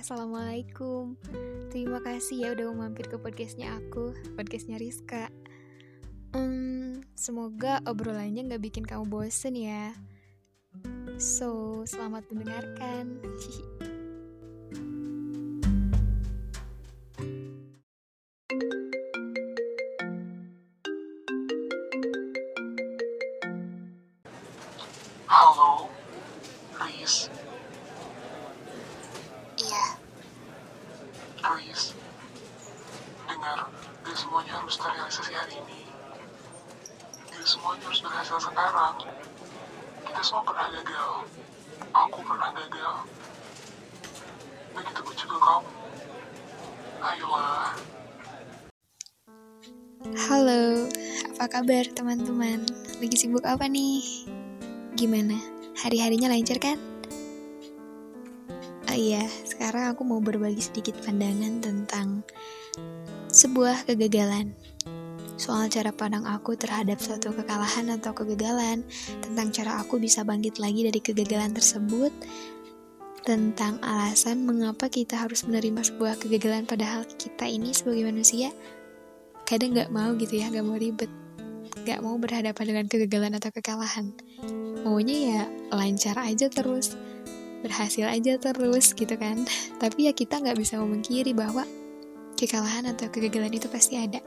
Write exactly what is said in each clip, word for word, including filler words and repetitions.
Assalamualaikum. Terima kasih ya udah mau mampir ke podcastnya aku, podcastnya Rizka. Hmm, semoga obrolannya gak bikin kamu bosen ya. So, selamat mendengarkan. Halo, Riz. Iya. Riz, dengar, gak semuanya harus terrealisasi hari ini. Gak semuanya harus berhasil sekarang. Kita semua pernah gagal. Aku pernah gagal. Begitupun juga kamu. Ayolah. Halo, apa kabar teman-teman? Lagi sibuk apa nih? Gimana? Hari-harinya lancar kan? Oh iya, sekarang aku mau berbagi sedikit pandangan tentang sebuah kegagalan. Soal cara pandang aku terhadap suatu kekalahan atau kegagalan, tentang cara aku bisa bangkit lagi dari kegagalan tersebut, tentang alasan mengapa kita harus menerima sebuah kegagalan padahal kita ini sebagai manusia kadang gak mau gitu ya, gak mau ribet, gak mau berhadapan dengan kegagalan atau kekalahan. Maunya ya lancar aja terus, berhasil aja terus gitu kan. Tapi ya kita gak bisa memungkiri bahwa kekalahan atau kegagalan itu pasti ada.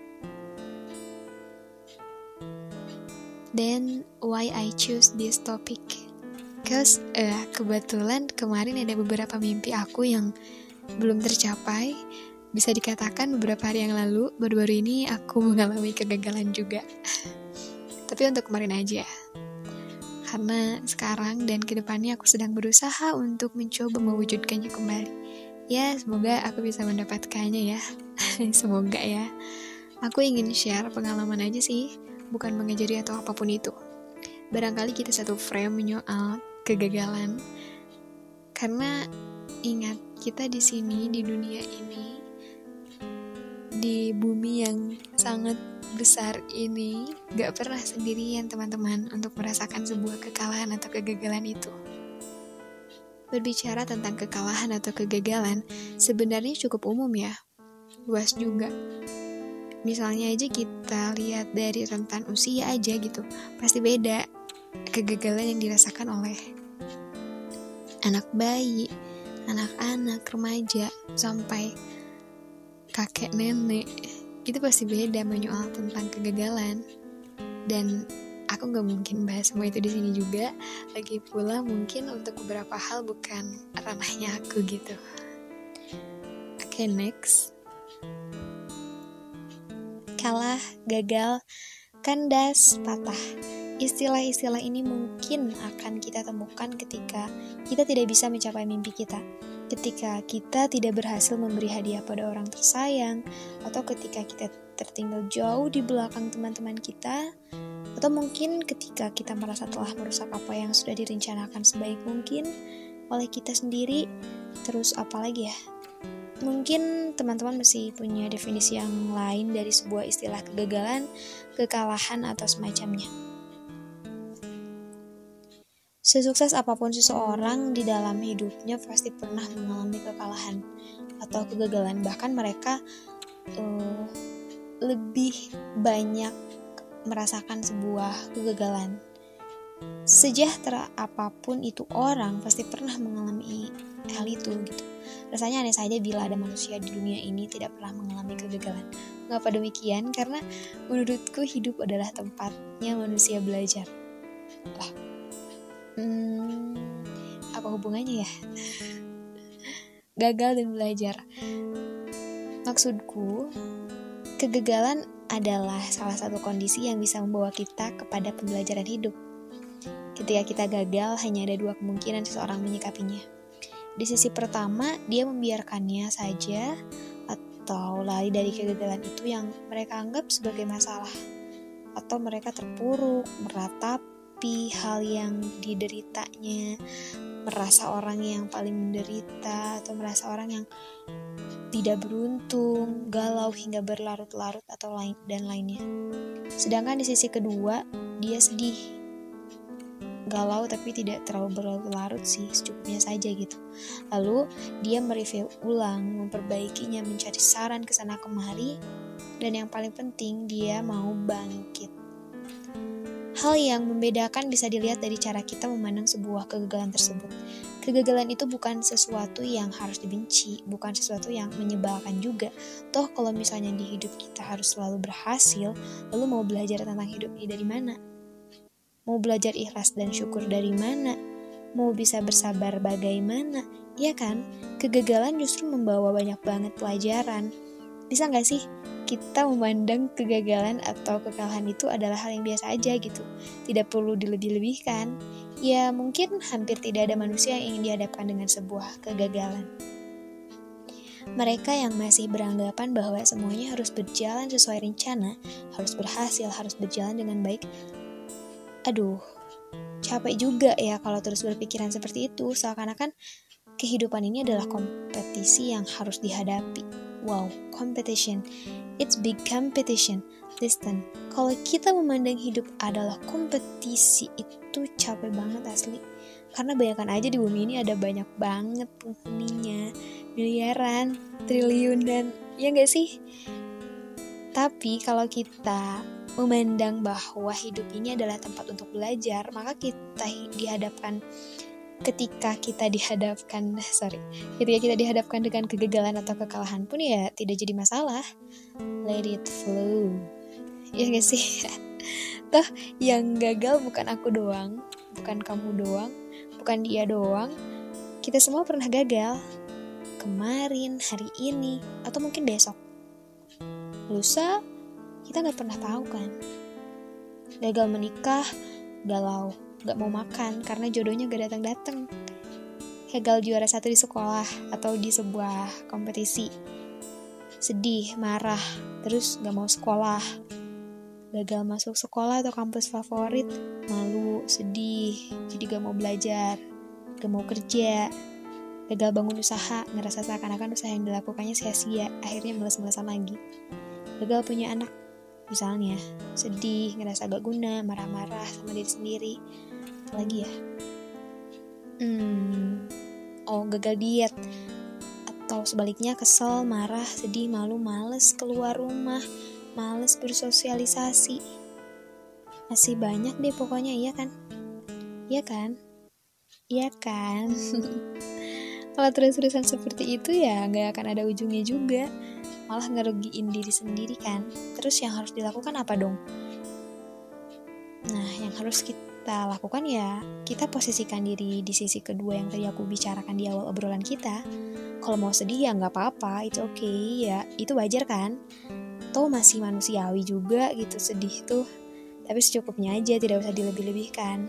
Then why I choose this topic? Cause uh, kebetulan kemarin ada beberapa mimpi aku yang belum tercapai. Bisa dikatakan beberapa hari yang lalu, baru-baru ini aku mengalami kegagalan juga. Tapi untuk kemarin aja. Karena sekarang dan kedepannya aku sedang berusaha untuk mencoba mewujudkannya kembali. Ya, semoga aku bisa mendapatkannya ya. Semoga ya. Aku ingin share pengalaman aja sih, bukan mengajari atau apapun itu. Barangkali kita satu frame menyoal kegagalan. Karena ingat, kita di sini, di dunia ini, di bumi yang sangat besar ini, gak pernah sendirian teman-teman untuk merasakan sebuah kekalahan atau kegagalan itu. Berbicara tentang kekalahan atau kegagalan sebenarnya cukup umum ya, luas juga. Misalnya aja kita lihat dari rentan usia aja gitu, pasti beda kegagalan yang dirasakan oleh anak bayi, anak-anak, remaja, sampai kakek nenek. Itu pasti beda menyoal tentang kegagalan. Dan aku gak mungkin bahas semua itu di sini juga. Lagi pula mungkin untuk beberapa hal bukan ranahnya aku gitu. Oke, okay, next. Kalah, gagal, kandas, patah. Istilah-istilah ini mungkin akan kita temukan ketika kita tidak bisa mencapai mimpi kita, ketika kita tidak berhasil memberi hadiah pada orang tersayang, atau ketika kita tertinggal jauh di belakang teman-teman kita, atau mungkin ketika kita merasa telah merusak apa yang sudah direncanakan sebaik mungkin oleh kita sendiri. Terus apa lagi ya? Mungkin teman-teman masih punya definisi yang lain dari sebuah istilah kegagalan, kekalahan, atau semacamnya. Sesukses apapun seseorang di dalam hidupnya pasti pernah mengalami kekalahan atau kegagalan. Bahkan mereka uh, lebih banyak merasakan sebuah kegagalan. Sejahtera apapun itu orang pasti pernah mengalami hal itu gitu. Rasanya aneh saja bila ada manusia di dunia ini tidak pernah mengalami kegagalan. Mengapa demikian? Karena menurutku hidup adalah tempatnya manusia belajar. Lah, hmm, apa hubungannya ya? Gagal dan belajar. Maksudku, kegagalan adalah salah satu kondisi yang bisa membawa kita kepada pembelajaran hidup. Ketika kita gagal, hanya ada dua kemungkinan seseorang menyikapinya. Di sisi pertama, dia membiarkannya saja atau lari dari kegagalan itu yang mereka anggap sebagai masalah. Atau mereka terpuruk, meratapi hal yang dideritanya, merasa orang yang paling menderita, atau merasa orang yang tidak beruntung, galau hingga berlarut-larut atau lain dan lainnya. Sedangkan di sisi kedua, dia sedih galau tapi tidak terlalu berlarut-larut sih, secukupnya saja gitu. Lalu dia mereview ulang, memperbaikinya, mencari saran kesana kemari, dan yang paling penting dia mau bangkit. Hal yang membedakan bisa dilihat dari cara kita memandang sebuah kegagalan tersebut. Kegagalan itu bukan sesuatu yang harus dibenci, bukan sesuatu yang menyebalkan juga. Toh kalau misalnya di hidup kita harus selalu berhasil, lalu mau belajar tentang hidup ini dari mana? Mau belajar ikhlas dan syukur dari mana? Mau bisa bersabar bagaimana? Iya kan? Kegagalan justru membawa banyak banget pelajaran. Bisa gak sih kita memandang kegagalan atau kekalahan itu adalah hal yang biasa aja gitu, tidak perlu dilebih-lebihkan. Ya mungkin hampir tidak ada manusia yang ingin dihadapkan dengan sebuah kegagalan. Mereka yang masih beranggapan bahwa semuanya harus berjalan sesuai rencana, harus berhasil, harus berjalan dengan baik, aduh, capek juga ya kalau terus berpikiran seperti itu, seakan-akan kehidupan ini adalah kompetisi yang harus dihadapi. Wow, competition. It's big competition. Listen, kalau kita memandang hidup adalah kompetisi, itu capek banget asli. Karena bayangkan aja di bumi ini ada banyak banget penghuninya, miliaran, triliunan, ya gak sih? Tapi kalau kita memandang bahwa hidup ini adalah tempat untuk belajar, maka kita dihadapkan ketika kita dihadapkan sorry ketika kita dihadapkan dengan kegagalan atau kekalahan pun ya tidak jadi masalah. Let it flow, ya gak sih? Toh yang gagal bukan aku doang, bukan kamu doang, bukan dia doang. Kita semua pernah gagal, kemarin, hari ini, atau mungkin besok, lusa. Kita gak pernah tahu kan. Gagal menikah, galau, gak mau makan karena jodohnya gak datang-datang. Gagal juara satu di sekolah atau di sebuah kompetisi, sedih, marah, terus gak mau sekolah. Gagal masuk sekolah atau kampus favorit, malu, sedih, jadi gak mau belajar, gak mau kerja. Gagal bangun usaha, ngerasa seakan-akan usaha yang dilakukannya sia-sia, akhirnya malas-malasan lagi. Gagal punya anak, misalnya, sedih, ngerasa gak guna, marah-marah sama diri sendiri. Apalagi ya? Hmm, oh gagal diet. Atau sebaliknya kesel, marah, sedih, malu, males keluar rumah, males bersosialisasi. Masih banyak deh pokoknya, iya kan? Iya kan? Iya kan? Kalau terus-terusan seperti itu ya gak akan ada ujungnya juga. Malah ngerugiin diri sendiri kan. Terus yang harus dilakukan apa dong? Nah, yang harus kita lakukan ya, kita posisikan diri di sisi kedua yang tadi aku bicarakan di awal obrolan kita. Kalau mau sedih ya gak apa-apa, it's okay ya, itu wajar kan? Toh masih manusiawi juga gitu sedih tuh. Tapi secukupnya aja, tidak usah dilebih-lebihkan.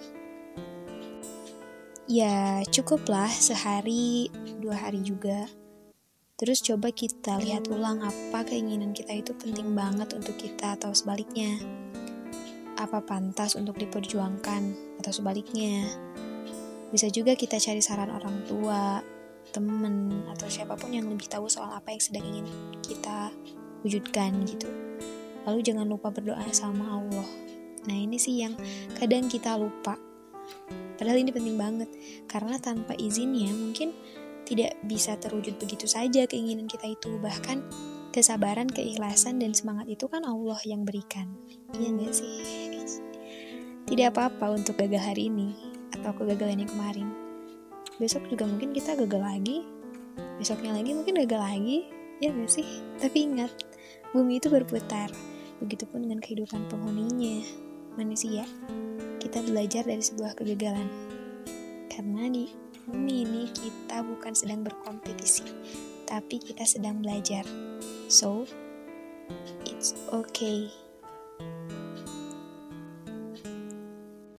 Ya cukuplah sehari, dua hari juga. Terus coba kita lihat ulang apa keinginan kita itu penting banget untuk kita atau sebaliknya. Apa pantas untuk diperjuangkan atau sebaliknya. Bisa juga kita cari saran orang tua, temen, atau siapapun yang lebih tahu soal apa yang sedang ingin kita wujudkan gitu. Lalu jangan lupa berdoa sama Allah. Nah ini sih yang kadang kita lupa. Padahal ini penting banget. Karena tanpa izinnya mungkin tidak bisa terwujud begitu saja keinginan kita itu. Bahkan kesabaran, keikhlasan, dan semangat itu kan Allah yang berikan. Iya gak sih? Tidak apa-apa untuk gagal hari ini atau kegagalan yang kemarin. Besok juga mungkin kita gagal lagi. Besoknya lagi mungkin gagal lagi. Ya gak sih? Tapi ingat, bumi itu berputar. Begitupun dengan kehidupan penghuninya, manusia. Kita belajar dari sebuah kegagalan. Karena di bumi ini kita bukan sedang berkompetisi, tapi kita sedang belajar. So, it's okay.